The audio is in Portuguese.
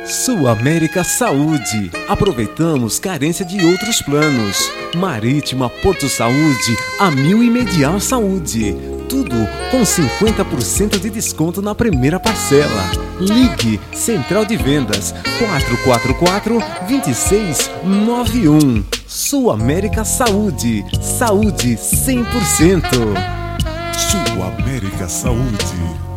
Sul América Saúde. Aproveitamos carência de outros planos. Marítima Porto Saúde, Amil e Medial Saúde. Tudo com 50% de desconto na primeira parcela. Ligue Central de Vendas 444-2691. Sul América Saúde. Saúde 100%. Sul América Saúde.